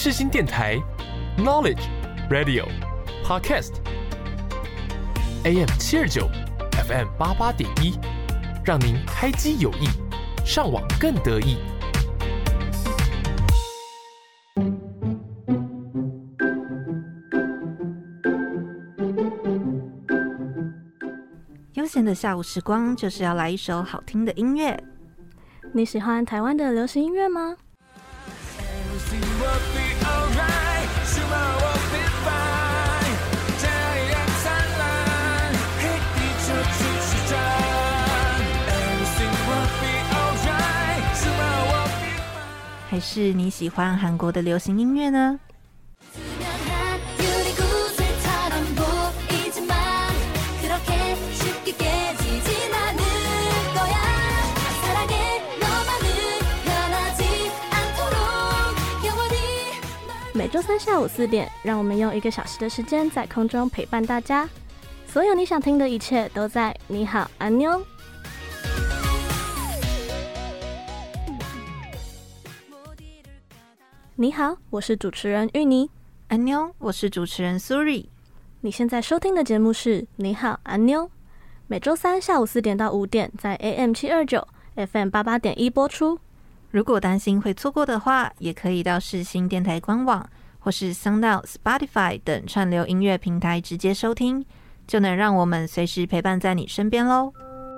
世新电台 Knowledge Radio Podcast AM 729 FM 88.1，让您开机有益，上网更得意。 悠闲的下午时光，就是要来一首好听的音乐。 你喜欢台湾的流行音乐吗？ 还是你喜欢韩国的流行音乐呢？ 每周三下午4点，让我们用1个小时的时间在空中陪伴大家。所有你想听的一切都在你好安妞。你好，我是主持人玉妮。 安妞，我是主持人苏瑞。 你现在收听的节目是你好安妞，每周三下午4点到5点在 AM 729 FM 88.1播出。 如果担心会错过的话，也可以到世新电台官网或是 SoundOut、Spotify 等串流音乐平台直接收听，就能让我们随时陪伴在你身边咯。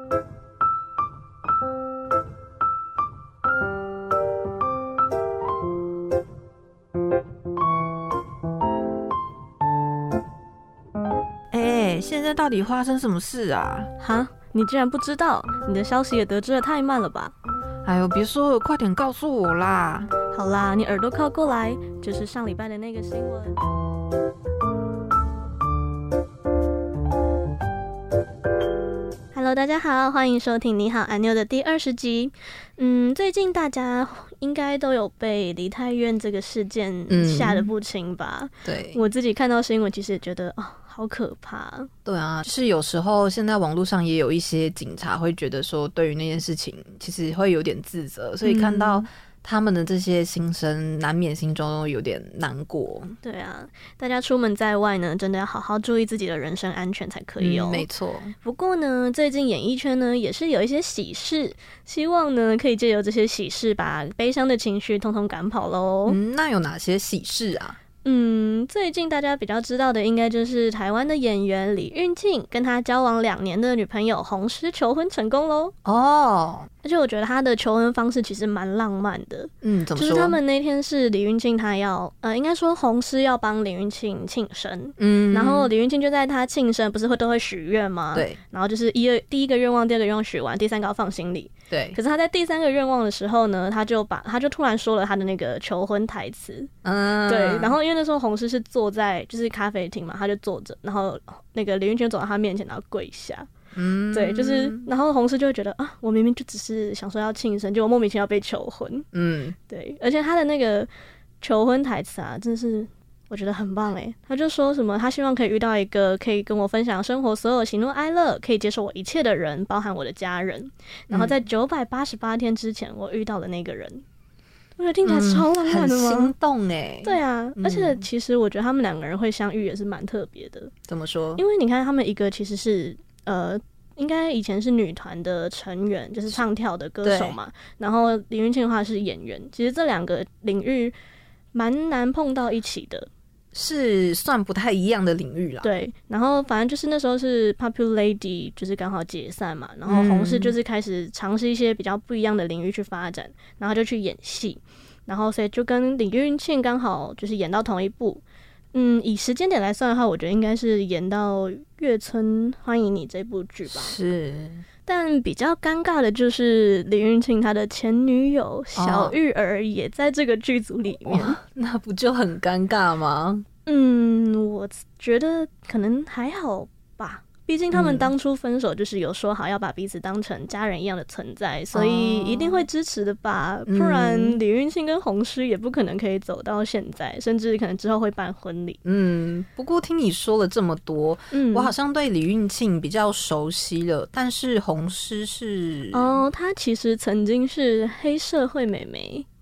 现在到底发生什么事啊？ 哈，你竟然不知道？你的消息也得知得太慢了吧？ 哎呦，别说了，快点告诉我啦！ 好啦，你耳朵靠过来，就是上礼拜的那个新闻。Hello， 大家好，欢迎收听《你好安妞》的第20集。最近大家应该都有被梨泰院这个事件吓得不轻吧？ 对， 我自己看到新闻，其实也觉得好可怕。 对啊，就是有时候现在网络上也有一些警察会觉得说，对于那件事情其实会有点自责，所以看到他们的这些心声，难免心中有点难过。 对啊，大家出门在外呢，真的要好好注意自己的人身安全才可以哦。 没错。 不过呢，最近演艺圈呢也是有一些喜事，希望呢可以借由这些喜事，把悲伤的情绪通通赶跑咯。 那有哪些喜事啊？ 最近大家比较知道的应该就是台湾的演员李运庆跟他交往2年的女朋友洪诗求婚成功咯。而且我觉得他的求婚方式其实蛮浪漫的。 怎么说？ 就是他们那天是李运庆他要应该说洪诗要帮李运庆庆生，然后李运庆就在他庆生不是都会许愿吗？对，然后就是第一个愿望、第2个愿望许完，第3个要放心里。对，可是他在第3个愿望的时候呢，他就突然说了他的那个求婚台词。对，然后因为那时候洪诗是坐在就是咖啡厅嘛，他就坐着，然后那个李运庆走到他面前，然后跪下。对，就是然后洪诗就会觉得我明明就只是想说要庆生，结果莫名其妙被求婚。对，而且他的那个求婚台词啊，真的是我觉得很棒耶。他就说什么他希望可以遇到一个可以跟我分享生活所有喜怒哀乐，可以接受我一切的人，包含我的家人。然后在988天之前我遇到了那个人。我觉得听起来超浪漫的吗？ 很心动耶。 对啊，而且其实我觉得他们2个人会相遇也是蛮特别的。 怎么说？因为你看他们一个其实是应该以前是女团的成员，就是唱跳的歌手嘛。然后李运庆的话是演员，其实这2个领域蛮难碰到一起的， 是算不太一样的领域啦。对， 然后反正就是那时候是 Popular Lady 就是刚好解散嘛，然后洪诗就是开始尝试一些比较不一样的领域去发展，然后就去演戏，然后所以就跟李运庆刚好就是演到同一部。以时间点来算的话，我觉得应该是演到《月村欢迎你》这部剧吧。是，但比较尴尬的就是李运庆他的前女友小玉儿也在这个剧组里面。 那不就很尴尬吗？ 我觉得可能还好吧。毕竟他们当初分手就是有说好要把彼此当成家人一样的存在，所以一定会支持的吧。不然李运庆跟洪诗也不可能可以走到现在，甚至可能之后会办婚礼。 不过听你说了这么多，我好像对李运庆比较熟悉了，但是洪诗是她其实曾经是黑社会美眉。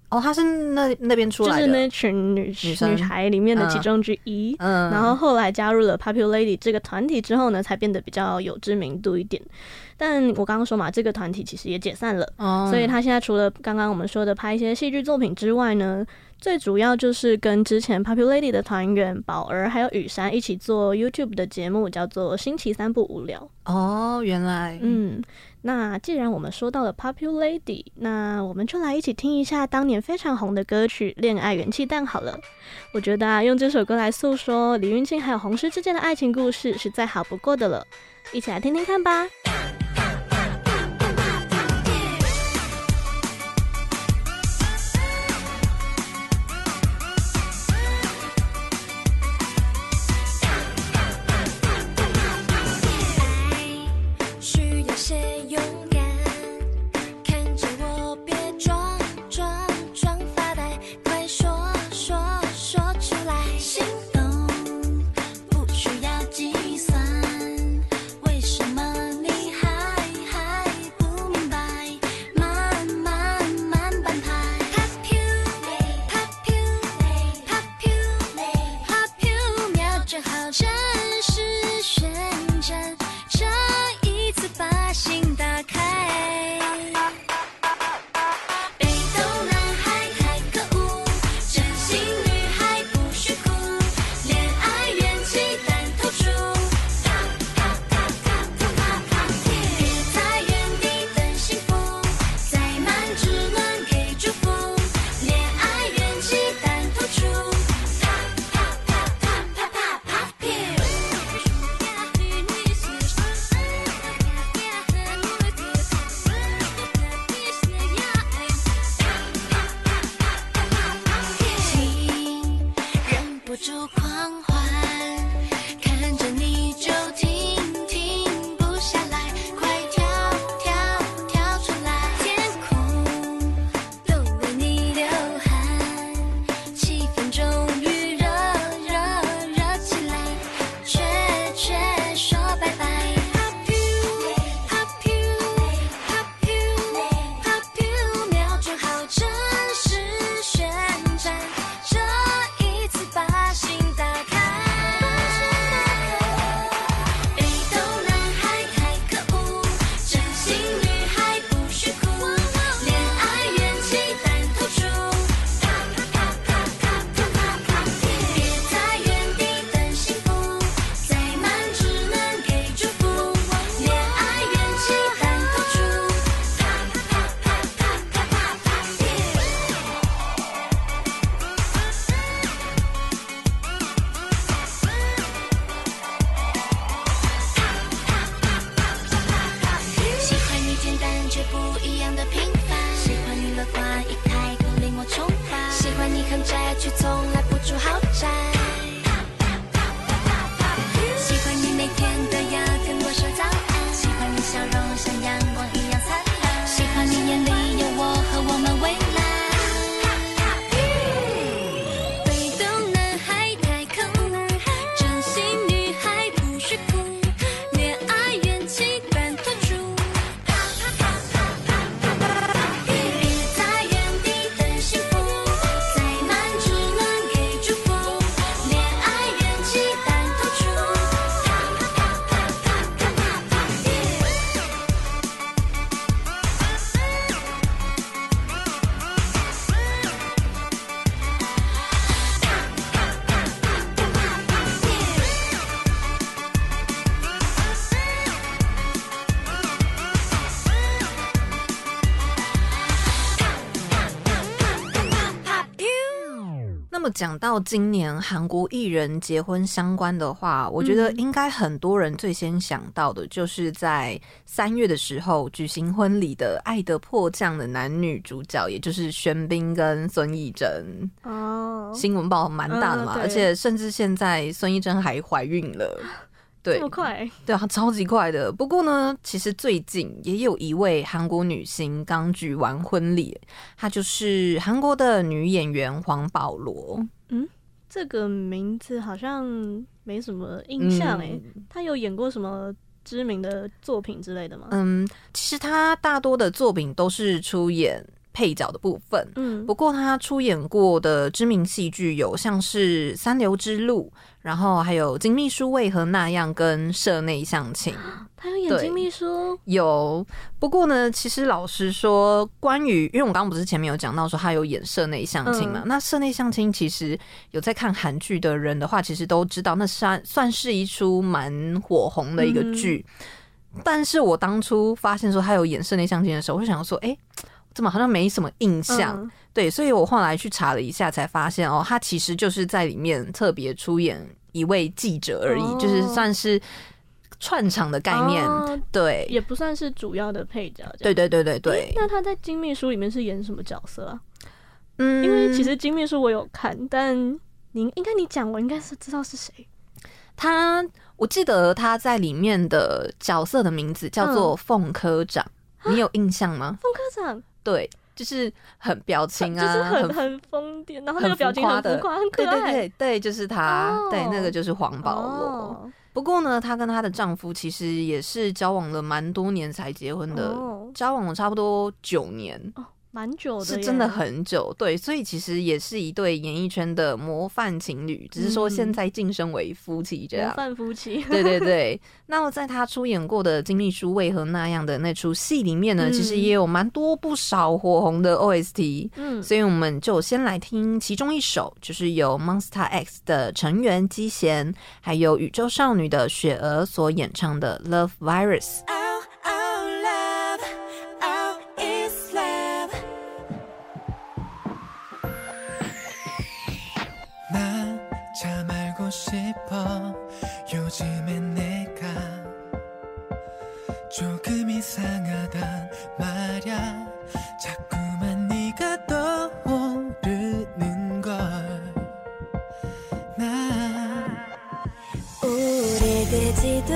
哦，他是那边出来的， 就是那群女孩里面的其中之一。然后后来加入了 Popularity 这个团体之后呢，才变得比较有知名度一点。但我刚刚说嘛，这个团体其实也解散了，所以他现在除了刚刚我们说的拍一些戏剧作品之外呢，最主要就是跟之前 Popularity 的团员宝儿还有雨珊一起做 YouTube 的节目，叫做星期三不无聊。 哦，原来。 那既然我们说到了 Popularity， 那我们就来一起听一下当年非常红的歌曲《恋爱元气弹》好了。我觉得用这首歌来诉说李云沁还有红狮之间的爱情故事是再好不过的了，一起来听听看吧。 讲到今年韩国艺人结婚相关的话，我觉得应该很多人最先想到的就是在3月的时候举行婚礼的《爱的迫降》的男女主角，也就是玄彬跟孙艺珍。新闻报蛮大的嘛，而且甚至现在孙艺珍还怀孕了。对， 这么快？ 对啊，超级快的。不过呢，其实最近也有一位韩国女星刚举完婚礼，她就是韩国的女演员黄宝罗。 这个名字好像没什么印象诶。她有演过什么知名的作品之类的吗？ 其实她大多的作品都是出演配角的部分。不过他出演过的知名戏剧有像是《三流之路》，然后还有《金秘书为何那样》跟《社内相亲》。 他有演金秘书？ 有。不过呢，其实老实说，关于因为我刚刚不是前面有讲到说他有演社内相亲嘛，那社内相亲其实有在看韩剧的人的话，其实都知道那算是一出蛮火红的一个剧。但是我当初发现说他有演社内相亲的时候，我就想说，怎么好像没什么印象？对，所以我后来去查了一下，才发现他其实就是在里面特别出演一位记者而已，就是算是串场的概念。对， 也不算是主要的配角。 对。 那他在《金秘书》里面是演什么角色啊？因为其实《金秘书》我有看，但你讲我应该是知道是谁。 我记得他在里面的角色的名字叫做凤科长，你有印象吗？ 凤科长， 对，就是很表情啊， 就是很疯癫，然后那个表情很浮夸，很可爱。 对，就是他，对，那个就是黄保罗。不过呢，她跟她的丈夫其实也是交往了蛮多年才结婚的，交往了差不多9年。 蛮久的， 是真的很久。对，所以其实也是一对演艺圈的模范情侣，只是说现在晋升为夫妻这样。 模范夫妻。 对。那么在他出演过的《金秘书为何那样》的那出戏里面呢，其实也有蛮多不少火红的 OST。所以我们就先来听其中一首，就是由 Monster X 的成员基贤，还有宇宙少女的雪儿所演唱的 Love Virus。 요즘엔 내가 조금 이상하단 말야 자꾸만 네가 떠오르는 걸 나 오래되지도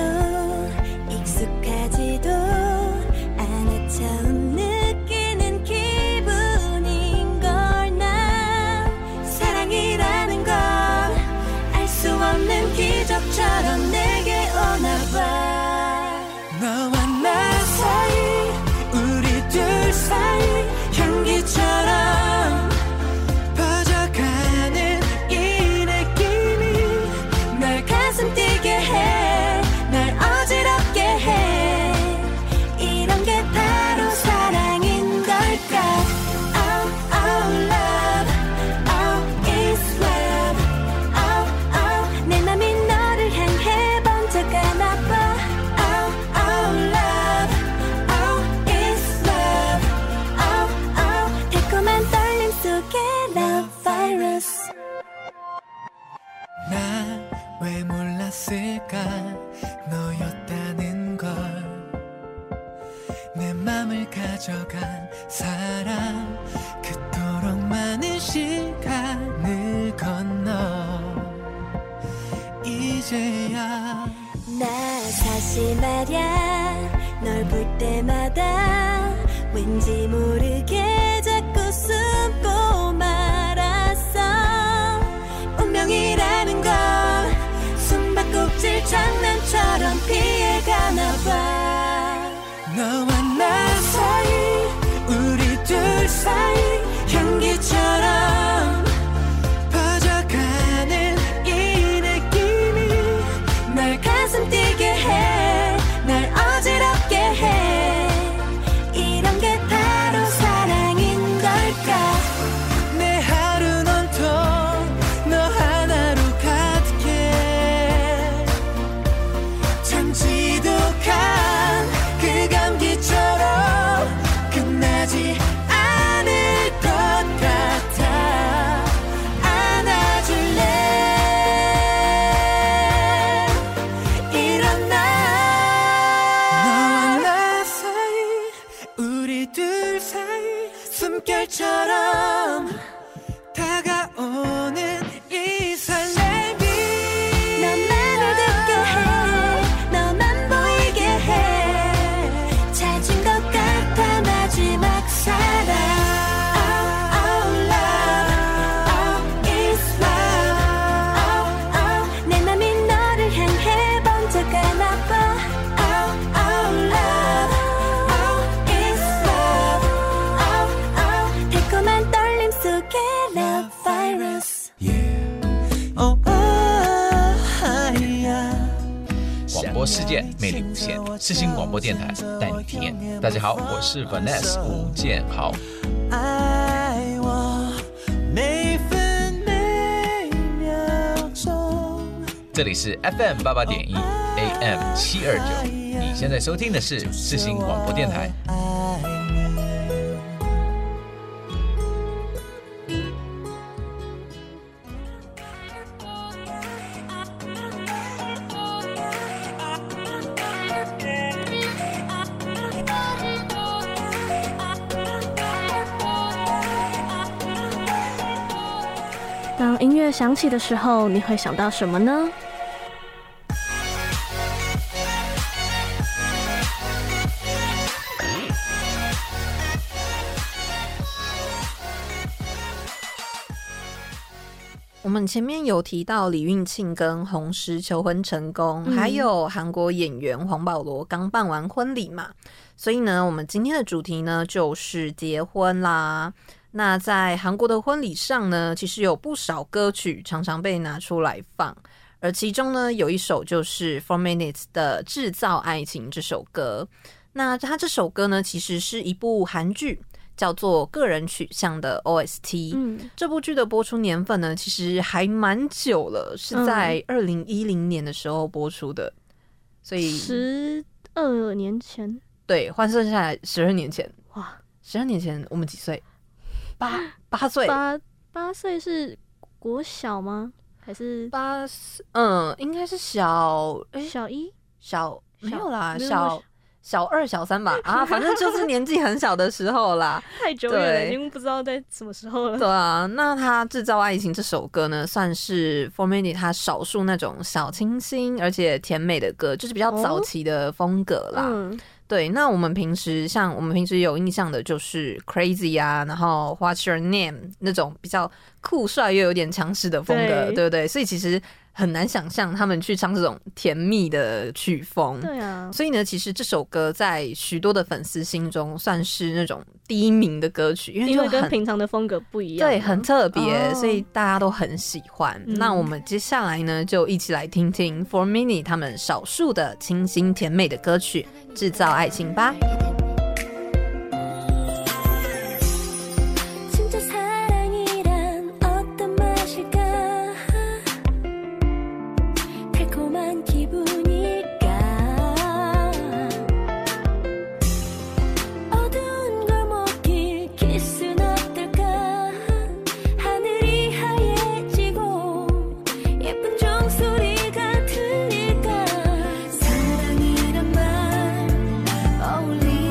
익숙하지도 않아 처음 느끼는 기분인 걸 나 사랑이라는 걸 알 수 없는 기적처럼 내게 오나봐 너와 나 사이 우리 둘 사이 향기처럼 퍼져가는 이 느낌이 날 가슴 뛰게 해 날 어지럽게 해 이런 게 바로 사랑인 걸까 Oh, oh, love Oh, it's love Oh, oh 내 맘이 너를 향해 번져가나 봐 Oh, oh, love Oh, it's love Oh, oh 달콤한 떨림 속에 love virus 나 왜 몰랐을까 너였다는 걸 내 맘을 가져간 사람 그토록 많은 시간을 건너 이제야 나 사실 말야 널 볼 때마다 왠지 모르게 자꾸 숨고 말았어 운명이라는 걸 숨바꼭질 장난처럼 피해가나 봐 너와 나 사이 우리 둘 사이 향기처럼 퍼져가는 이 느낌이 날 가슴 뛰게 해 날 어지럽게 해 이런 게 바로 活世界魅力无限，世新广播电台带你体验。大家好，我是 Vanessa 吴建豪。 爱我每分每秒钟。 这里是 FM 88.1 AM 729，你现在收听的是世新广播电台。 当音乐响起的时候，你会想到什么呢？ 我们前面有提到李运庆跟洪诗求婚成功，还有韩国演员黄保罗刚办完婚礼嘛，所以呢，我们今天的主题呢就是结婚啦。那在韩国的婚礼上呢，其实有不少歌曲常常被拿出来放，而其中呢有一首就是 4 Minutes 的《制造爱情》这首歌。那它这首歌呢，其实是一部韩剧，叫做《个人取向》的 OST。这部剧的播出年份呢，其实还蛮久了，是在2010年的时候播出的，所以 12年前， 对，换算下来12年前。 哇 ，12年前我们几岁？8岁。 8岁是国小吗？还是应该是小一没有啦，小2小3吧，啊，反正就是年纪很小的时候啦。 太久远了，已经不知道在什么时候了。 对啊，那他制造爱情这首歌呢，算是 4 Minutes 他少数那种小清新而且甜美的歌，就是比较早期的风格啦。对，那我们平时有印象的就是 Crazy 啊，然后 What's Your Name 那种比较酷帅又有点强势的风格，对不对？所以其实很难想象他们去唱这种甜蜜的曲风。 对啊， 所以呢，其实这首歌在许多的粉丝心中算是那种第一名的歌曲，因为跟平常的风格不一样， 对，很特别，所以大家都很喜欢。那我们接下来呢，就一起来听听 4 Minutes 他们少数的清新甜美的歌曲《制造爱情》吧。 only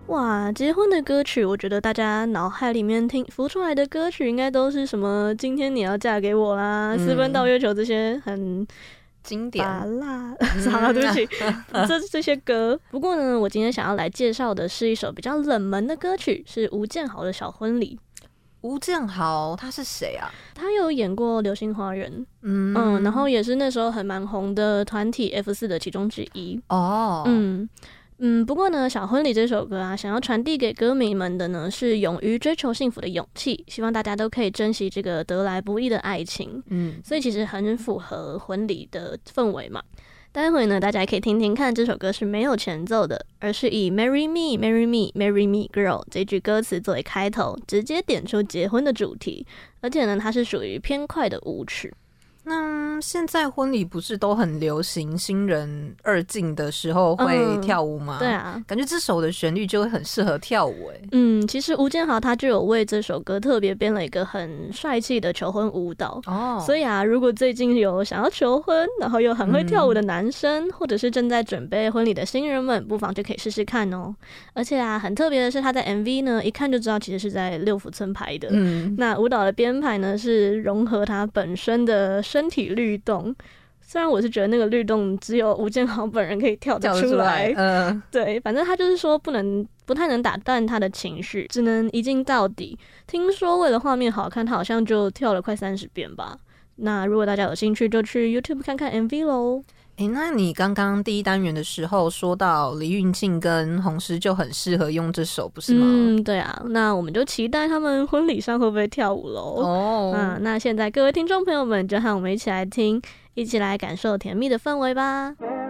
哇，结婚的歌曲，我觉得大家脑海里面浮出来的歌曲，应该都是什么“今天你要嫁给我啦”、私奔到月球这些很经典拔辣，好了，对不起，这些歌。不过呢，我今天想要来介绍的是一首比较冷门的歌曲，是吴建豪的《小婚礼》。 吴建豪他是谁啊？ 他有演过《流星花园》，然后也是那时候很蛮红的团体 F4 的其中之一。哦，不过呢，《小婚礼》这首歌啊，想要传递给歌迷们的呢，是勇于追求幸福的勇气，希望大家都可以珍惜这个得来不易的爱情。所以其实很符合婚礼的氛围嘛。待会呢，大家也可以听听看，这首歌是没有前奏的，而是以 Marry Me, Marry Me, Marry Me Girl 这句歌词作为开头，直接点出结婚的主题，而且呢，它是属于偏快的舞曲。 那现在婚礼不是都很流行新人二进的时候会跳舞吗？ 对啊， 感觉这首的旋律就会很适合跳舞其实吴建豪他就有为这首歌特别编了一个很帅气的求婚舞蹈所以啊，如果最近有想要求婚然后又很会跳舞的男生，或者是正在准备婚礼的新人们，不妨就可以试试看哦。而且啊，很特别的是他在 MV 呢，一看就知道其实是在六福村拍的。那舞蹈的编排呢，是融合他本身的身体律动，虽然我是觉得那个律动只有吴建豪本人可以跳得出来，对，反正他就是说不太能打断他的情绪，只能一镜到底。听说为了画面好看，他好像就跳了快30遍吧。那如果大家有兴趣，就去 YouTube 看看 MV 咯。 那你刚刚第一单元的时候说到李运庆跟洪诗就很适合用这首，不是吗？ 对啊，那我们就期待他们婚礼上会不会跳舞咯。那现在各位听众朋友们，就和我们一起来听，一起来感受甜蜜的氛围吧。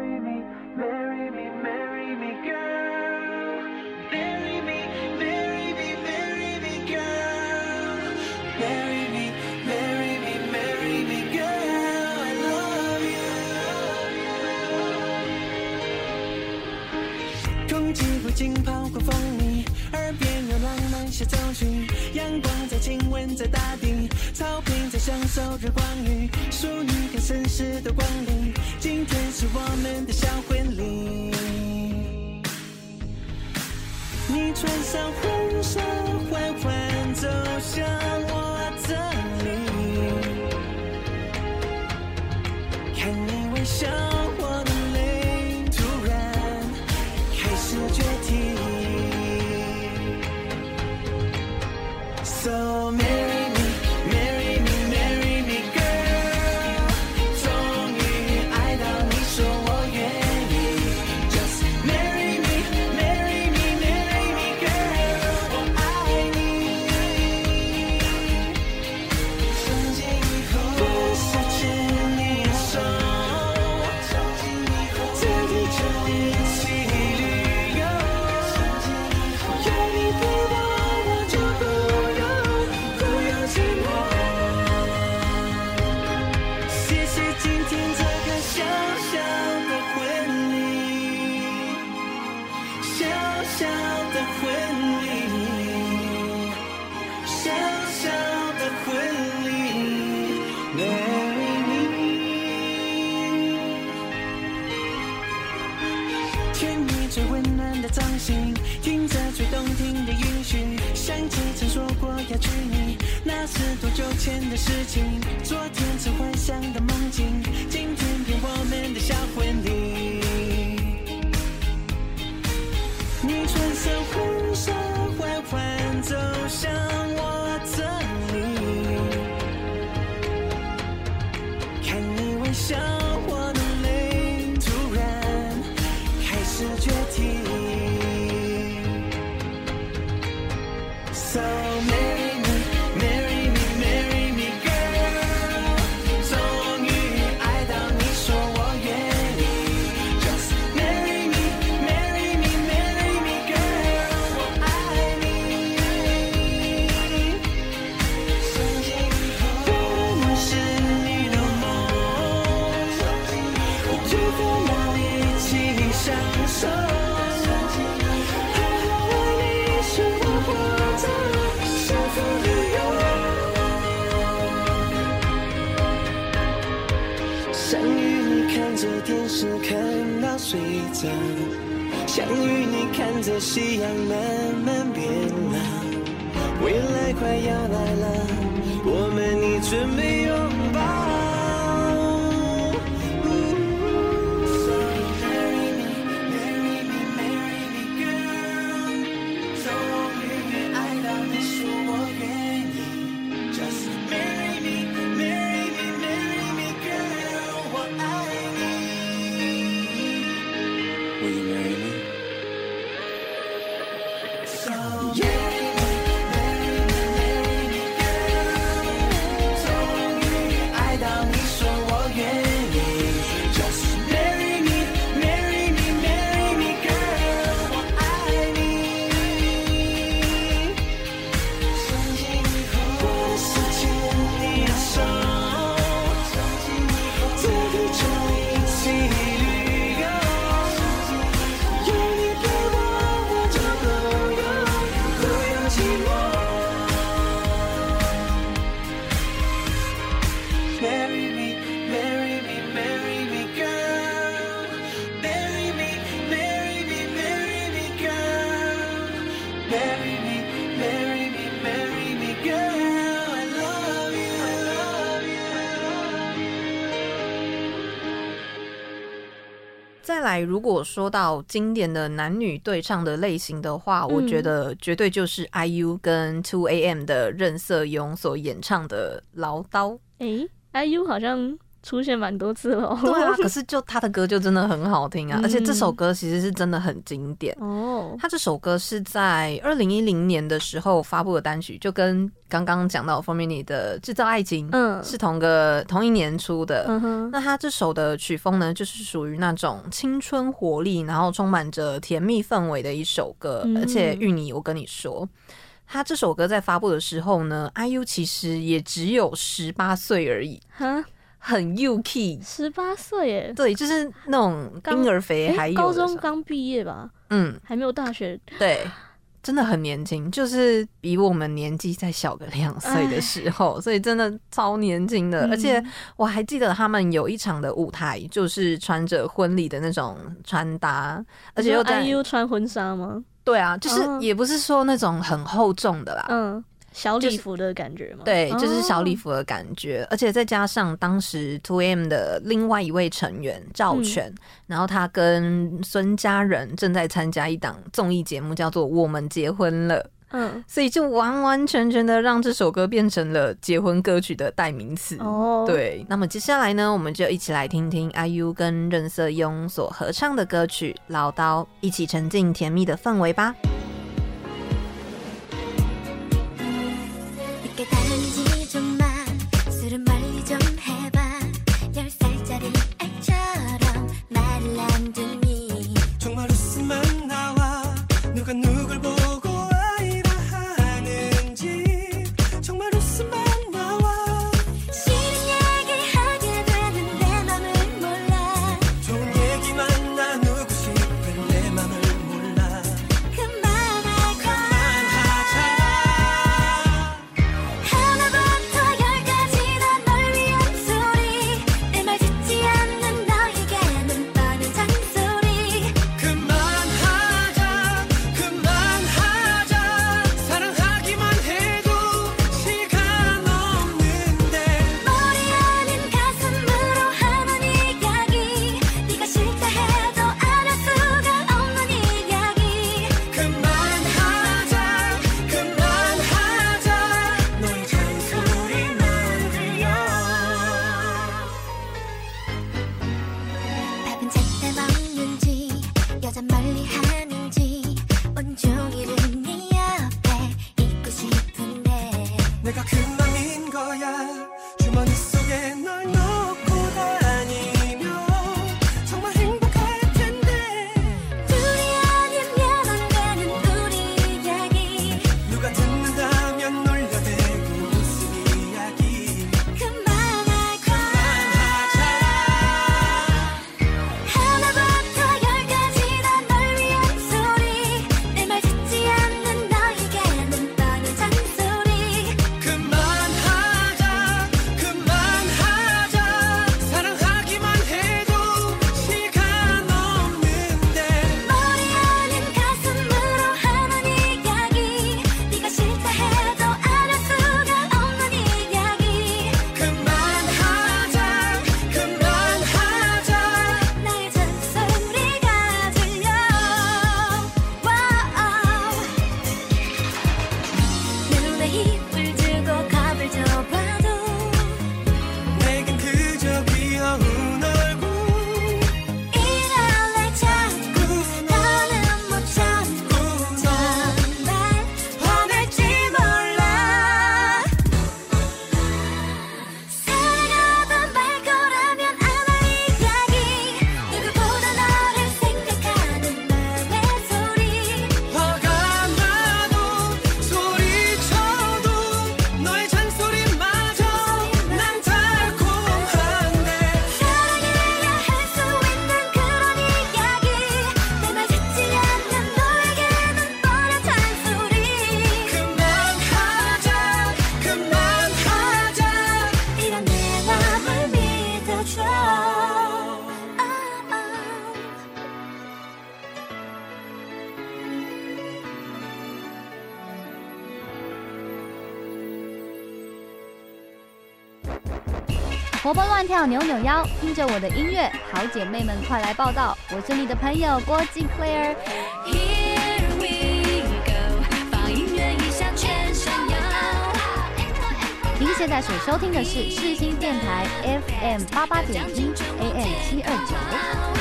经跑过风里，耳边有浪漫小奏曲，阳光在亲吻在大地，草坪在享受日光浴，淑女跟绅士的光临，今天是我们的小婚礼。你穿上婚纱缓缓走向我这里，看你微笑我的泪突然开始决堤。So marry me, marry me, marry me girl， 终于爱到你说我愿意。Just marry me, marry me, marry me girl， 我爱你。从今以后，我是牵你的手，从今以后，这地球一起旅游。有你陪伴我就不用寂寞。谢谢今天这个小小的婚礼，小小的婚礼，小小的婚礼 ，Marry me。甜蜜最温暖的掌心，听着最动听的音讯，想起曾说过要娶你，那是多久前的事情。昨天曾幻想的梦境，今天变我们的小婚礼。你穿上婚纱缓缓走向我这里，看你微笑我的泪突然开始决堤。So marry me, marry me, marry me girl， 终于爱到你说我愿意。Just marry me, marry me, marry me girl， 我爱你。从今以后，我是你的梦，我就在那里一起享受。相遇你看着电视看到睡着， 相遇你看着夕阳慢慢变老，未来快要来了，我们你准备拥抱。 再来，如果说到经典的男女对唱的类型的话，我觉得绝对就是 IU 跟 2AM 的任瑟庸所演唱的《唠叨》。 IU 好像出现蛮多次了。 对啊，可是就他的歌就真的很好听啊，而且这首歌其实是真的很经典哦。他这首歌是在2010年的时候发布的单曲，就跟刚刚讲到封面里的《制造爱情》是同一年出的。那他这首的曲风呢，就是属于那种青春活力，然后充满着甜蜜氛围的一首歌。而且玉妮，我跟你说，他这首歌在发布的时候呢 ，IU 其实也只有18岁而已。很幼气 ，18岁耶， 对，就是那种婴儿肥，还有高中刚毕业吧，还没有大学， 对，真的很年轻，就是比我们年纪再小个2岁的时候，所以真的超年轻的。而且我还记得他们有一场的舞台，就是穿着婚礼的那种穿搭，而且又在 IU 穿婚纱吗？ 对啊，就是也不是说那种很厚重的啦， 小礼服的感觉吗？ 对，就是小礼服的感觉，而且再加上当时 2AM 的另外一位成员赵权，然后他跟孙佳仁正在参加一档综艺节目，叫做《我们结婚了》。所以就完完全全的让这首歌变成了结婚歌曲的代名词。对，那么接下来呢，我们就一起来听听 IU 跟任瑟庸所合唱的歌曲《唠叨》，一起沉浸甜蜜的氛围吧。 活蹦乱跳扭扭腰，听着我的音乐，好姐妹们快来报道！我是你的朋友郭静 Claire。Here we go， 把音乐一下全身摇。您现在所收听的是世新电台 FM 88.1 AM 729。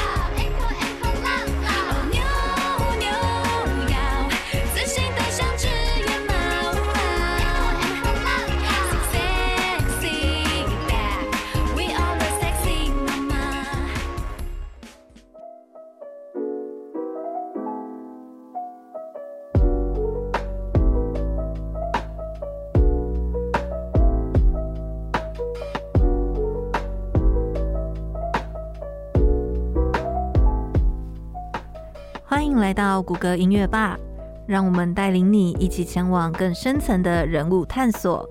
欢迎来到谷歌音乐吧，让我们带领你一起前往更深层的人物探索。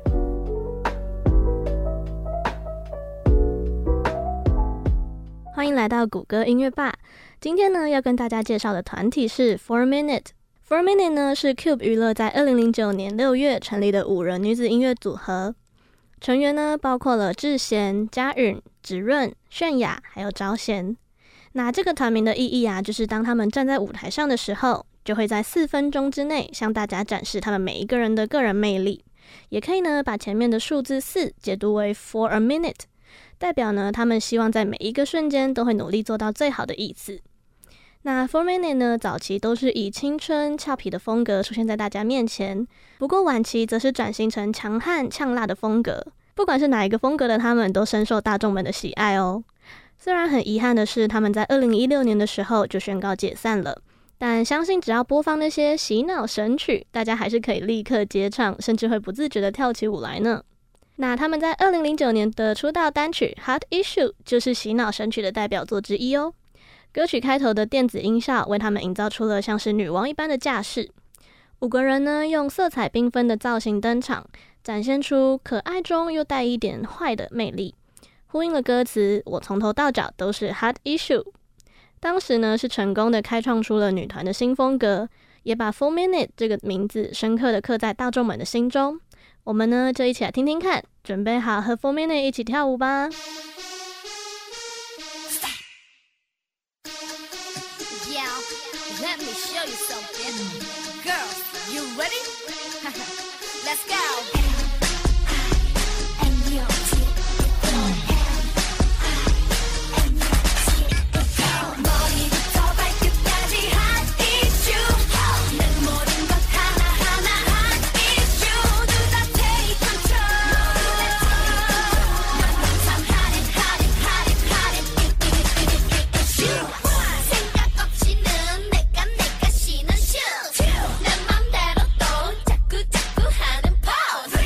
欢迎来到谷歌音乐吧。今天呢，要跟大家介绍的团体是 4 Minute。4 Minute 呢是 Cube 娱乐在2009年6月成立的5人女子音乐组合，成员呢包括了智贤、嘉允、芷润、泫雅还有昭贤。那这个团名的意义啊，就是当他们站在舞台上的时候，就会在4分钟之内向大家展示他们每一个人的个人魅力。也可以呢把前面的数字4解读为 for a minute， 代表呢他们希望在每一个瞬间都会努力做到最好的意思。那 4 Minute 呢早期都是以青春俏皮的风格出现在大家面前，不过晚期则是转型成强悍呛辣的风格。不管是哪一个风格的他们，都深受大众们的喜爱哦。虽然很遗憾的是，他们在2016年的时候就宣告解散了，但相信只要播放那些洗脑神曲，大家还是可以立刻接唱，甚至会不自觉地跳起舞来呢。那他们在2009年的出道单曲 Hot Issue 就是洗脑神曲的代表作之一哦。歌曲开头的电子音效为他们营造出了像是女王一般的架势。5个人呢用色彩缤纷的造型登场，展现出可爱中又带一点坏的魅力。呼应了歌词，我从头到脚都是 hot issue。 当时呢是成功的开创出了女团的新风格，也把 4 Minute 这个名字深刻的刻在大众们的心中。我们呢就一起来听听看，准备好和 4 Minute 一起跳舞吧。 Let me show you something. Girls, you ready? Let's go. Pause.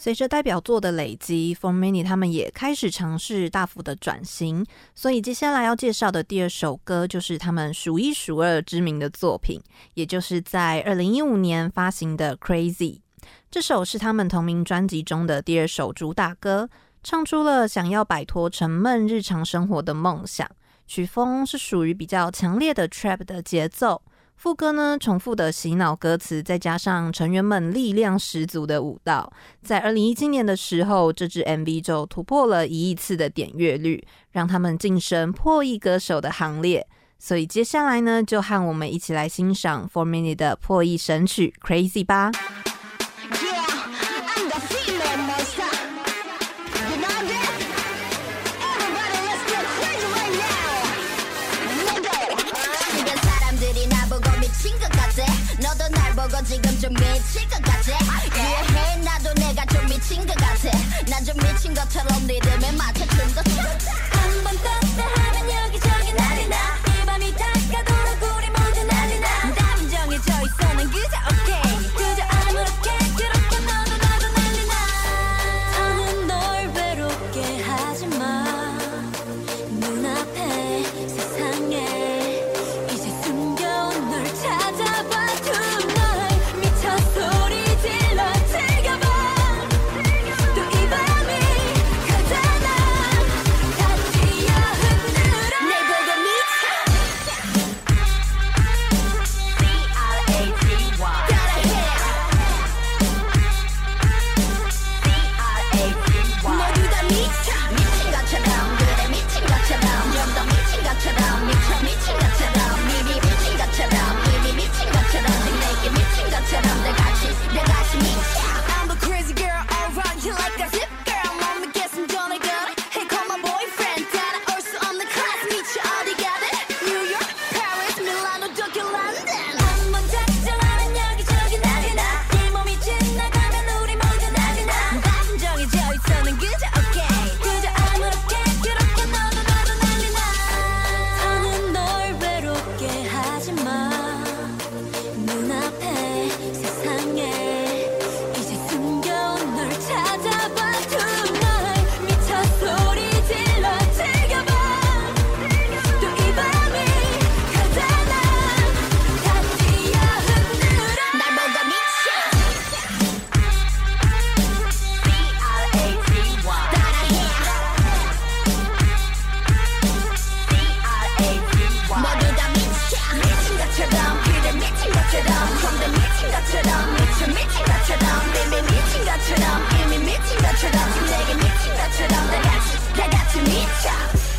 随着代表作的累积 ，For Minute 他们也开始尝试大幅的转型，所以接下来要介绍的第二首歌就是他们数一数二知名的作品，也就是在2015年发行的 Crazy。这首是他们同名专辑中的第二首主打歌，唱出了想要摆脱沉闷日常生活的梦想。曲风是属于比较强烈的 trap 的节奏，副歌呢重复的洗脑歌词，再加上成员们力量十足的舞蹈，在2017年的时候，这支 MV 就突破了1亿次的点阅率，让他们晋升破亿歌手的行列。所以接下来呢，就和我们一起来欣赏 For Minute 的破亿神曲 Crazy 吧。 너도 날 보고 지금 좀 미칠 것 같아 이해해 나도 내가 좀 미친 것 같아 난 좀 미친 것처럼 리듬에 맞춰준다 한 번 따라하면 여기저기 난리 나이 밤이 다가도록 우리 모두 난리 나 답은 정해져 있어 난 그저 오케이 그저 아무렇게 그렇게 너도 나도 난리 나 더는 널 외롭게 하지마 눈앞에 세상에 이제 숨겨온 널 찾아봐 I'm a crazy girl, alright, you like a zip girl 몸이 깨슴 전에 가네 Hey, call my boyfriend 따라올 수 없는 class 미쳐 어디 가든 New York, Paris, Milano, Tokyo, London 한 번 작정하면 여기저기 난리 나이 몸이 지나가면 우리 모두 난리 나 답은 정해져 있어 난 그저 okay 그저 아무렇게 그렇게 너도 나도 난리 나 더는 널 외롭게 하지마 눈앞에 세상에 이제 숨겨온 널 찾아봐 tonight 미쳐 소리 질러 즐겨봐 또 이 밤이 가잖아 다 뛰어 흔들어 날 보고 미쳐 B-R-A-T-Y 따라해 B-R-A-T-Y 모두 다 미쳐 미친 것처럼 그래 미친 것처럼 좀 더 미친 것처럼 미쳐 미친 것처럼 이미 미친 것처럼 이미 미친 것처럼 지금 내게 미친 것처럼 다 같이 미쳐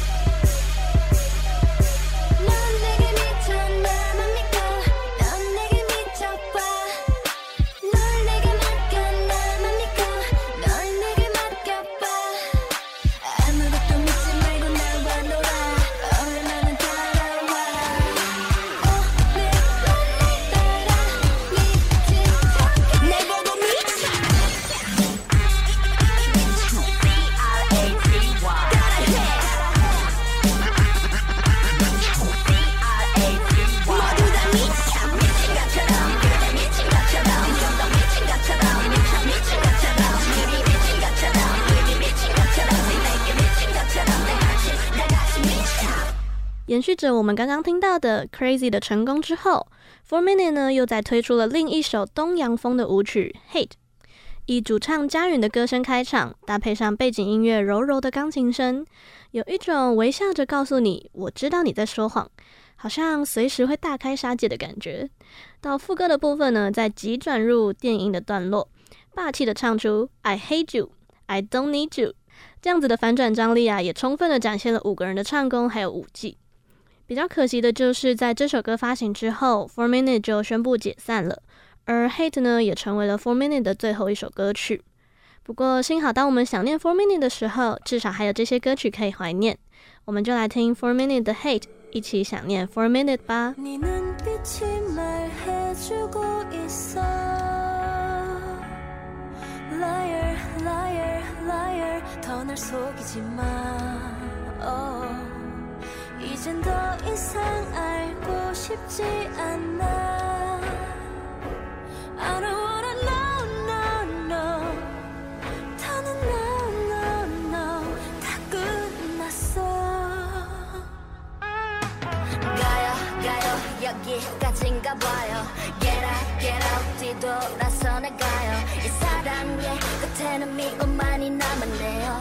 넌 내게 미쳐 나만 믿고 넌 내게 미쳐봐 널 내게 맡겨 나만 믿고 널 내게 맡겨봐 아무것도 믿지 말고 나와 놀아 오랜만에 따라와 내 따라 미친 척해 날 보고 미쳐 B-R-A-T-Y 따라해 B-R-A-T-Y 모두 다 미쳐 미친 것처럼 그래 미친 것처럼 좀 더 미친 것처럼 미쳐 미친 것처럼 이미 미친 것처럼 이미 미친 것처럼 내게 미친 것처럼 다 같이 미쳐 延续着我们刚刚听到的 Crazy 的成功之后 For Minute 呢又再推出了另一首东洋风的舞曲 Hate， 以主唱嘉允的歌声开场，搭配上背景音乐柔柔的钢琴声，有一种微笑着告诉你我知道你在说谎，好像随时会大开杀戒的感觉。到副歌的部分呢，再急转入电音的段落，霸气的唱出 I hate you, I don't need you， 这样子的反转张力啊，也充分的展现了5个人的唱功还有舞技。比较可惜的就是在这首歌发行之后 For Minute 就宣布解散了，而 Hate 呢也成为了 For Minute 的最后一首歌曲。不过幸好当我们想念 For Minute 的时候，至少还有这些歌曲可以怀念。我们就来听 For Minute 的 Hate， 一起想念 For Minute 吧。 네 눈빛이 말해주고 있어 Liar, liar, liar 더 날 속이지 마 이젠 더 이상 알고 싶지 않아 I don't wanna know, no, no 돌아서나가요 이 사랑의 끝에는 미움만이 남았네요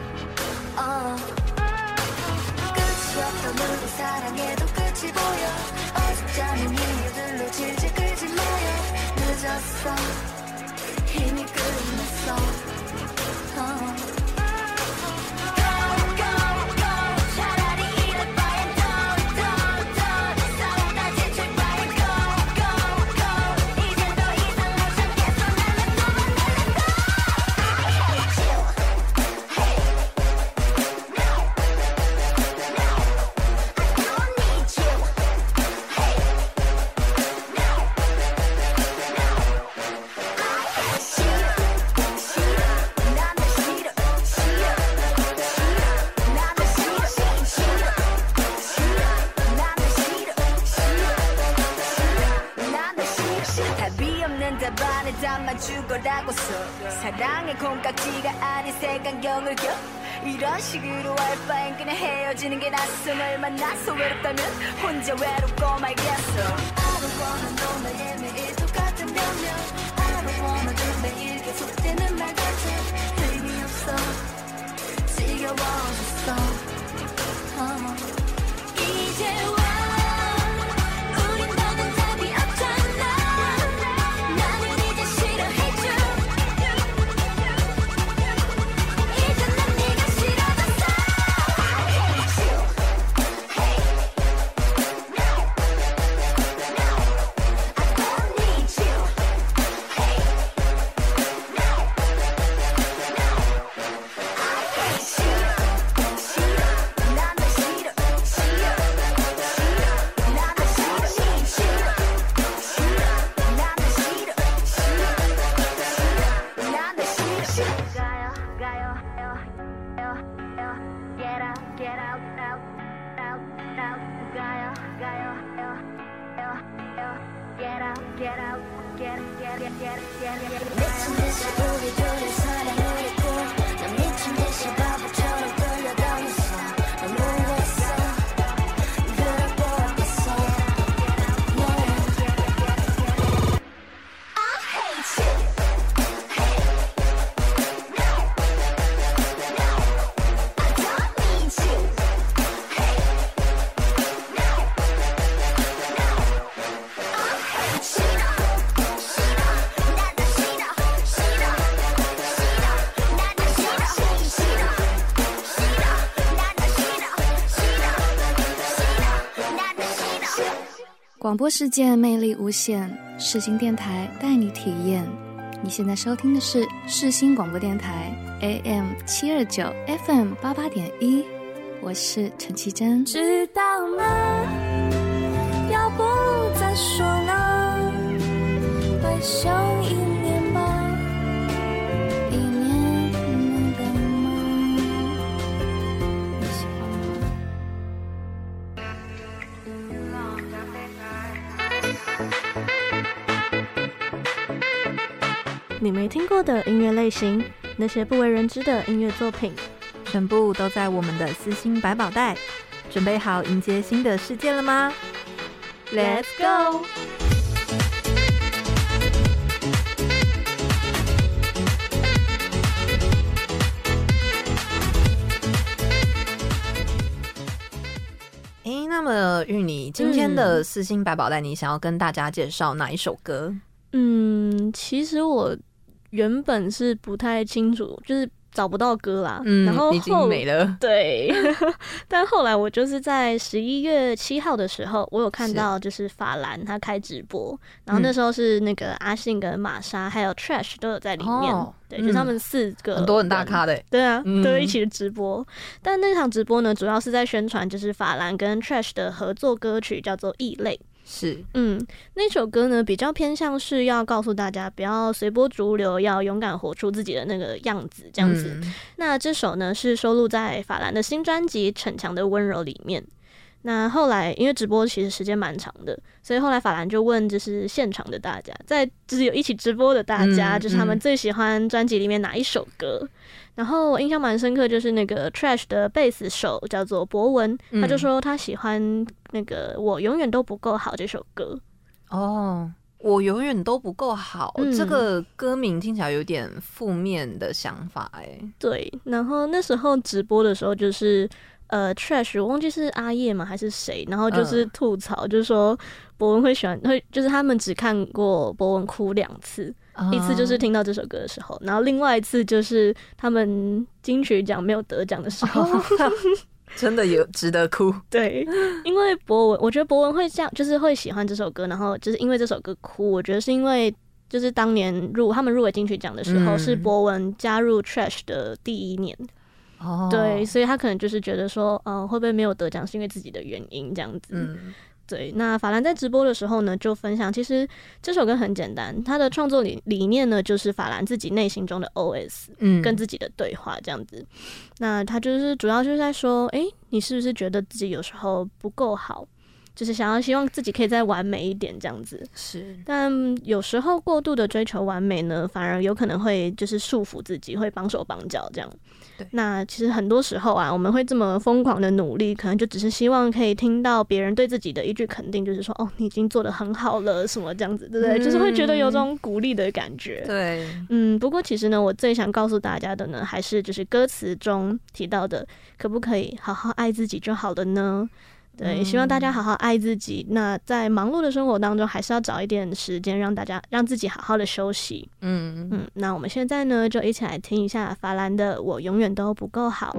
끝이 없던 우리 사랑에도 끝이 보여 어줍잖은 이유들로 질질 끌지 마요 늦었어 이미 끝났어 죽어라고서 사랑의 콩깍지가 아닌 색안경을 껴 이런 식으로 할 바엔 그냥 헤어지는 게 낫어 널 만나서 외롭다면 혼자 외롭고 말겠어 I don't wanna know 매일 매일 똑같은 변명 I don't wanna do 매일 계속되는 말 같아 의미 없어 지겨워졌어 이제 广播世界魅力无限，世新电台带你体验。你现在收听的是世新广播电台 AM 729 FM 88.1，我是陈绮贞。 知道吗？要不再说呢？回首1年吧，1年能干吗？你喜欢吗？ 你没听过的音乐类型，那些不为人知的音乐作品， 全部都在我们的私心百宝袋。准备好迎接新的世界了吗？ Let's go！ 那么玉妮，今天的私心百宝袋，你想要跟大家介绍哪一首歌？ 其实我原本是不太清楚，就是找不到歌啦，然后已经没了。 对，但后来我就是在11月7号的时候，我有看到就是法兰他开直播，然后那时候是那个阿信跟玛莎还有 Trash 都有在里面，对，就是他们4个很多很大咖的， 对啊，都一起直播。但那场直播呢，主要是在宣传就是法兰跟 Trash 的合作歌曲，叫做《异类》。 是， 那首歌呢比较偏向是要告诉大家不要随波逐流，要勇敢活出自己的那个样子，这样子。那这首呢是收录在法兰的新专辑《逞强的温柔》里面。那后来因为直播其实时间蛮长的，所以后来法兰就问就是现场的大家，在就是有一起直播的大家，就是他们最喜欢专辑里面哪一首歌。然后我印象蛮深刻，就是那个 Trash 的贝斯手叫做博文，他就说他喜欢那个我永远都不够好这首歌。 我永远都不够好，这个歌名听起来有点负面的想法对，然后那时候直播的时候就是Trash 我忘记是阿叶吗还是谁，然后就是吐槽，就是说博文会就是他们只看过博文哭2次。一次就是听到这首歌的时候，然后另外一次就是他们金曲奖没有得奖的时候， 真的有值得哭。 对，因为我觉得博文会这样，就是会喜欢这首歌，然后就是因为这首歌哭。我觉得是因为就是当年他们入围金曲奖的时候，是博文加入 Trash 的第1年。对，所以他可能就是觉得说，会不会没有得奖是因为自己的原因这样子。对，那法兰在直播的时候呢，就分享，其实这首歌很简单，他的创作理念呢，就是法兰自己内心中的 OS，跟自己的对话这样子。那他就是主要就是在说，你是不是觉得自己有时候不够好，就是希望自己可以再完美一点这样子。 是， 但有时候过度的追求完美呢，反而有可能会就是束缚自己，会绑手绑脚这样。 对， 那其实很多时候啊，我们会这么疯狂的努力，可能就只是希望可以听到别人对自己的一句肯定，就是说你已经做得很好了什么这样子，对不对？就是会觉得有种鼓励的感觉。 对， 不过其实呢，我最想告诉大家的呢，还是就是歌词中提到的，可不可以好好爱自己就好了呢？对，希望大家好好爱自己。那在忙碌的生活当中，还是要找一点时间让自己好好的休息。那我们现在呢，就一起来听一下法兰的《我永远都不够好》。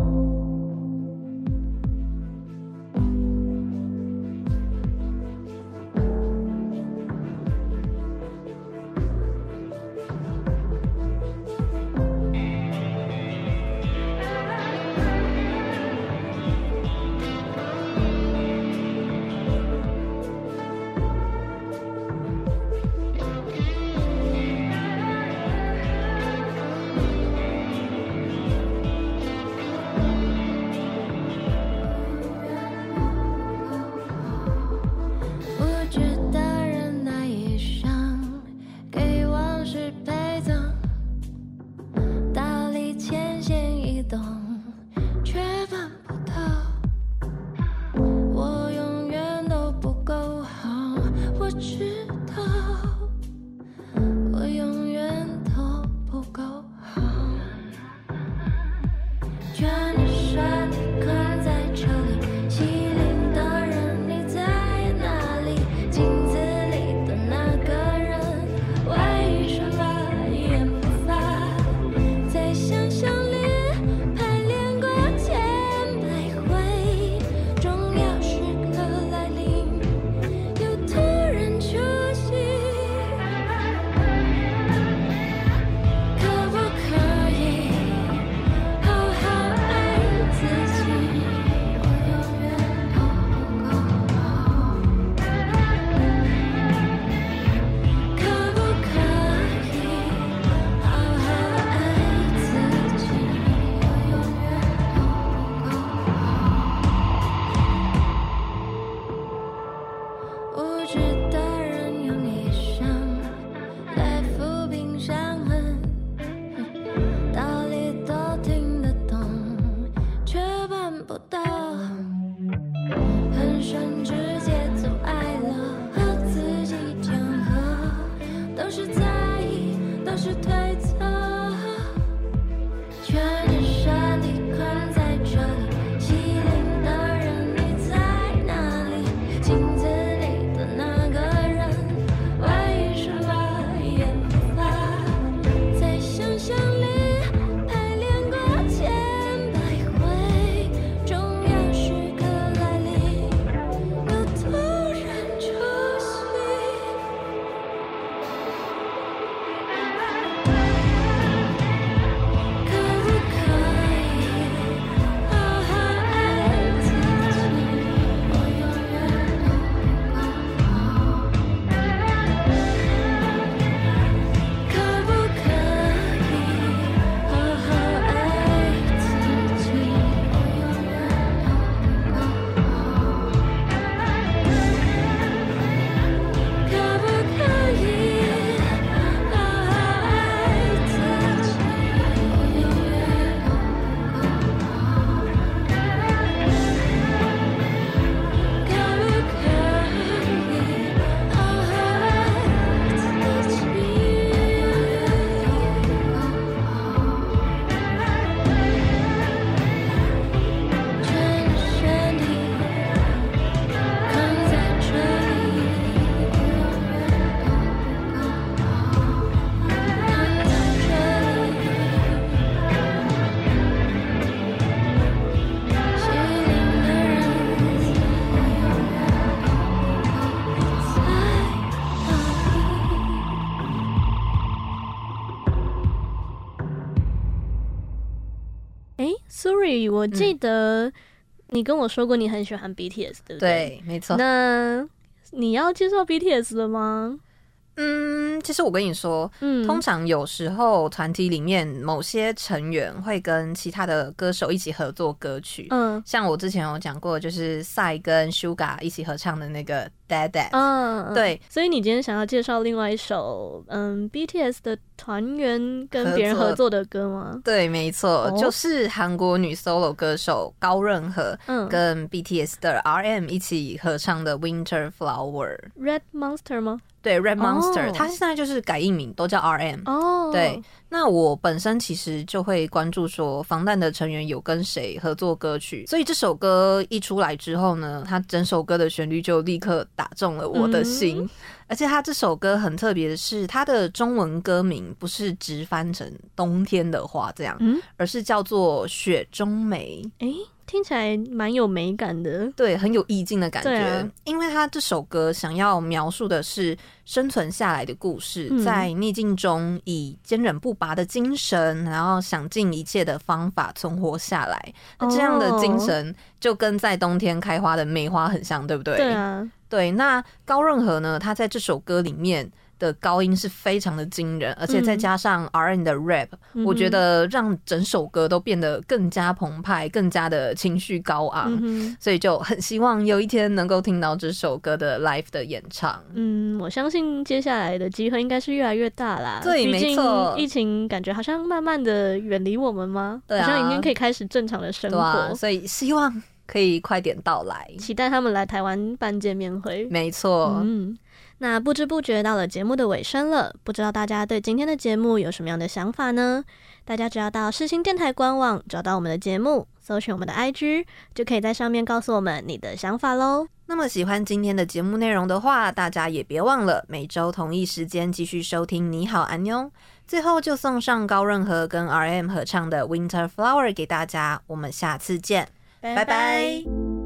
Suri， 我记得你跟我说过你很喜欢 BTS， 对不对？ 对，没错。 那你要介绍 BTS 了吗？ 其实我跟你说，通常有时候团体里面某些成员会跟其他的歌手一起合作歌曲，像我之前有讲过，就是赛跟 Suga 一起合唱的那个 Dad Dad，对， 所以你今天想要介绍另外一首BTS 的团员跟别人合作的歌吗？ 对，没错，就是韩国女 solo 歌手高任和跟 BTS 的 RM 一起合唱的 Winter Flower Red Monster 吗？ 对 Red Monster，它现在就是改艺名，都叫 RM。对，那我本身其实就会关注说防弹的成员有跟谁合作歌曲，所以这首歌一出来之后呢，它整首歌的旋律就立刻打中了我的心。而且它这首歌很特别的是，它的中文歌名不是直翻成冬天的花这样，而是叫做雪中梅。 听起来蛮有美感的， 对，很有意境的感觉。因为他这首歌想要描述的是生存下来的故事，在逆境中以坚韧不拔的精神，然后想尽一切的方法存活下来。那这样的精神就跟在冬天开花的梅花很像，对不对？ 对啊， 对。那高任和呢，他在这首歌里面的高音是非常的惊人，而且再加上 RM 的 rap，我觉得让整首歌都变得更加澎湃，更加的情绪高昂，所以就很希望有一天能够听到这首歌的 live 的演唱。 我相信接下来的机会应该是越来越大啦。 对，没错， 疫情感觉好像慢慢的远离我们吗？对啊，好像已经可以开始正常的生活， 所以希望可以快点到来， 期待他们来台湾办见面会。 没错。 那不知不觉到了节目的尾声了，不知道大家对今天的节目有什么样的想法呢？大家只要到世新电台官网找到我们的节目，搜寻我们的 IG， 就可以在上面告诉我们你的想法咯。 那么喜欢今天的节目内容的话，大家也别忘了每周同一时间继续收听你好安妞。最后就送上高任和跟 RM 合唱的 Winter Flower 给大家，我们下次见，拜拜。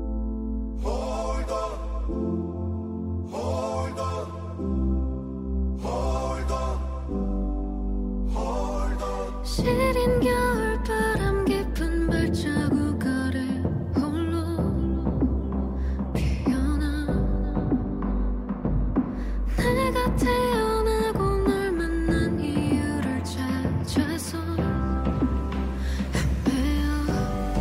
시린 겨울바람 깊은 발자국 아래 홀로 피어나 내가 태어나고 널 만난 이유를 찾아서 헤매어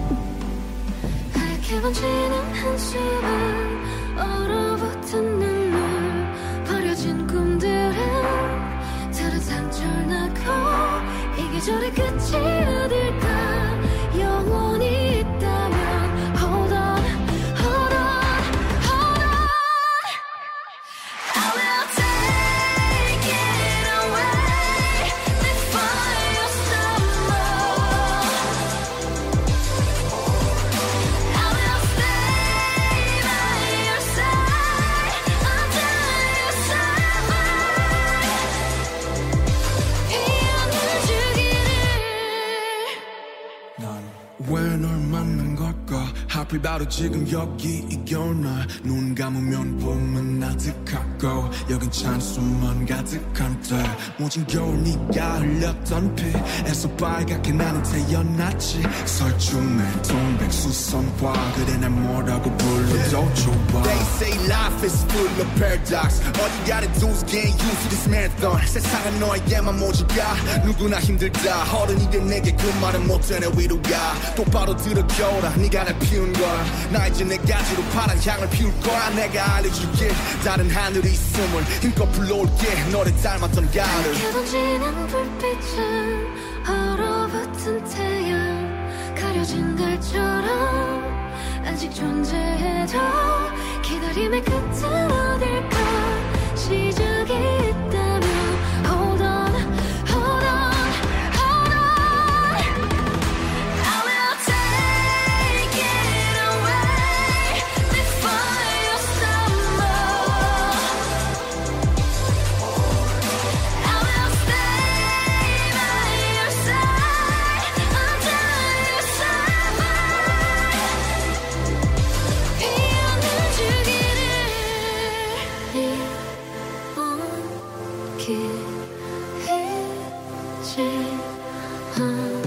하얗게 번지는 한숨을 얼어붙은 눈물 버려진 꿈들은 다른 상처를 낳고 이 계절의 끝이 어딜까 영원히 있다면 Hold on, hold on, hold on I will take it away before you stumble I will stay by your side until you 왜 널 만난 걸까 하필 바로 지금 여기 이 겨울 날 눈 감으면 봄은 아득하고 여긴 찬수만 가득한 때 모진 겨울 네가 흘렸던 피에서 빨갛게 나는 태어났지 설중에 동백수선화 그래 날 뭐라고 불러도 좋아 They say life is full of paradox All you gotta do is get used to this marathon 세상은 너에게만 모질까 누구나 힘들다 어른이 된 내게 그 말은 못되네 위로가 똑바로 들어겨라 네가 날 피운 거야 나 이제 내 가지로 파란 향을 피울 거야 내가 알려줄게 다른 하늘이 있음을 힘껏 불러올게 너를 닮았던 가을 이렇게 번지는 불빛은 얼어붙은 태양 가려진 달처럼 아직 존재해도 기다림의 끝은 어딜까 시작이 있다면 Hold on, hold on, hold on I will take it away before you stumble I will stay by your side until you survive 피어난 주기를 이어오게 해지